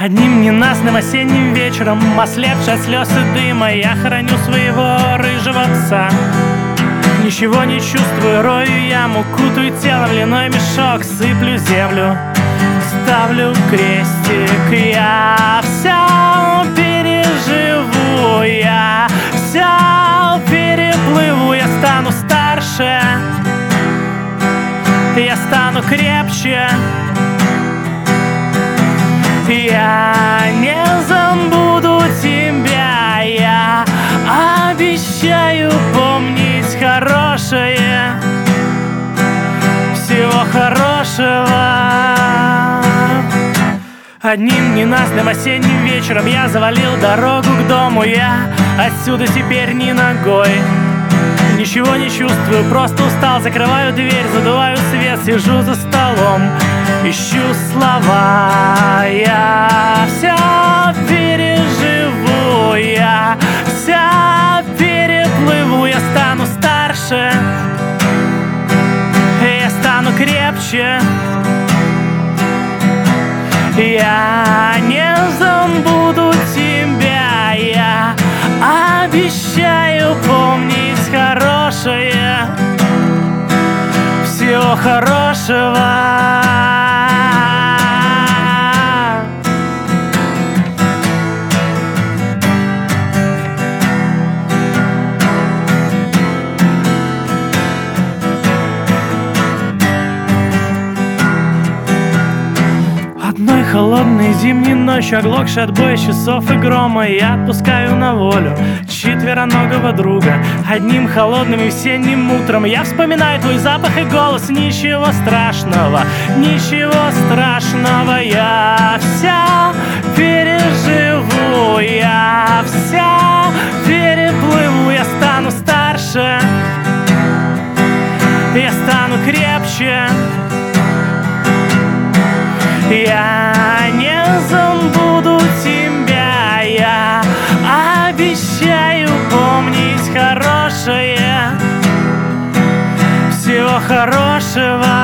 Одним ненастным осенним вечером, ослепший от слез и дыма, я хороню своего рыжего пса. Ничего не чувствую, рою яму, кутаю тело в льняной мешок, сыплю землю, ставлю крестик. Я все переживу, я все переплыву, я стану старше, я стану крепче. Я не забуду тебя, я обещаю помнить хорошее. Всего хорошего. Одним ненастным осенним вечером я завалил дорогу к дому. Я отсюда теперь ни ногой. Ничего не чувствую, просто устал. Закрываю дверь, задуваю свет, сижу за столом, ищу слова. Я все переживу, я все переплыву. Я стану старше, я стану крепче. Я не забуду тебя, я обещаю помнить хорошее. Всего хорошего. Одной холодной зимней ночью, оглохший от боя часов и грома, я отпускаю на волю четвероногого друга. Одним холодным весенним утром я вспоминаю твой запах и голос. Ничего страшного, ничего страшного. Я все переживу, я все переплыву. Я стану старше, я стану крепче. Я не забуду тебя, я обещаю помнить хорошее. Всего хорошего.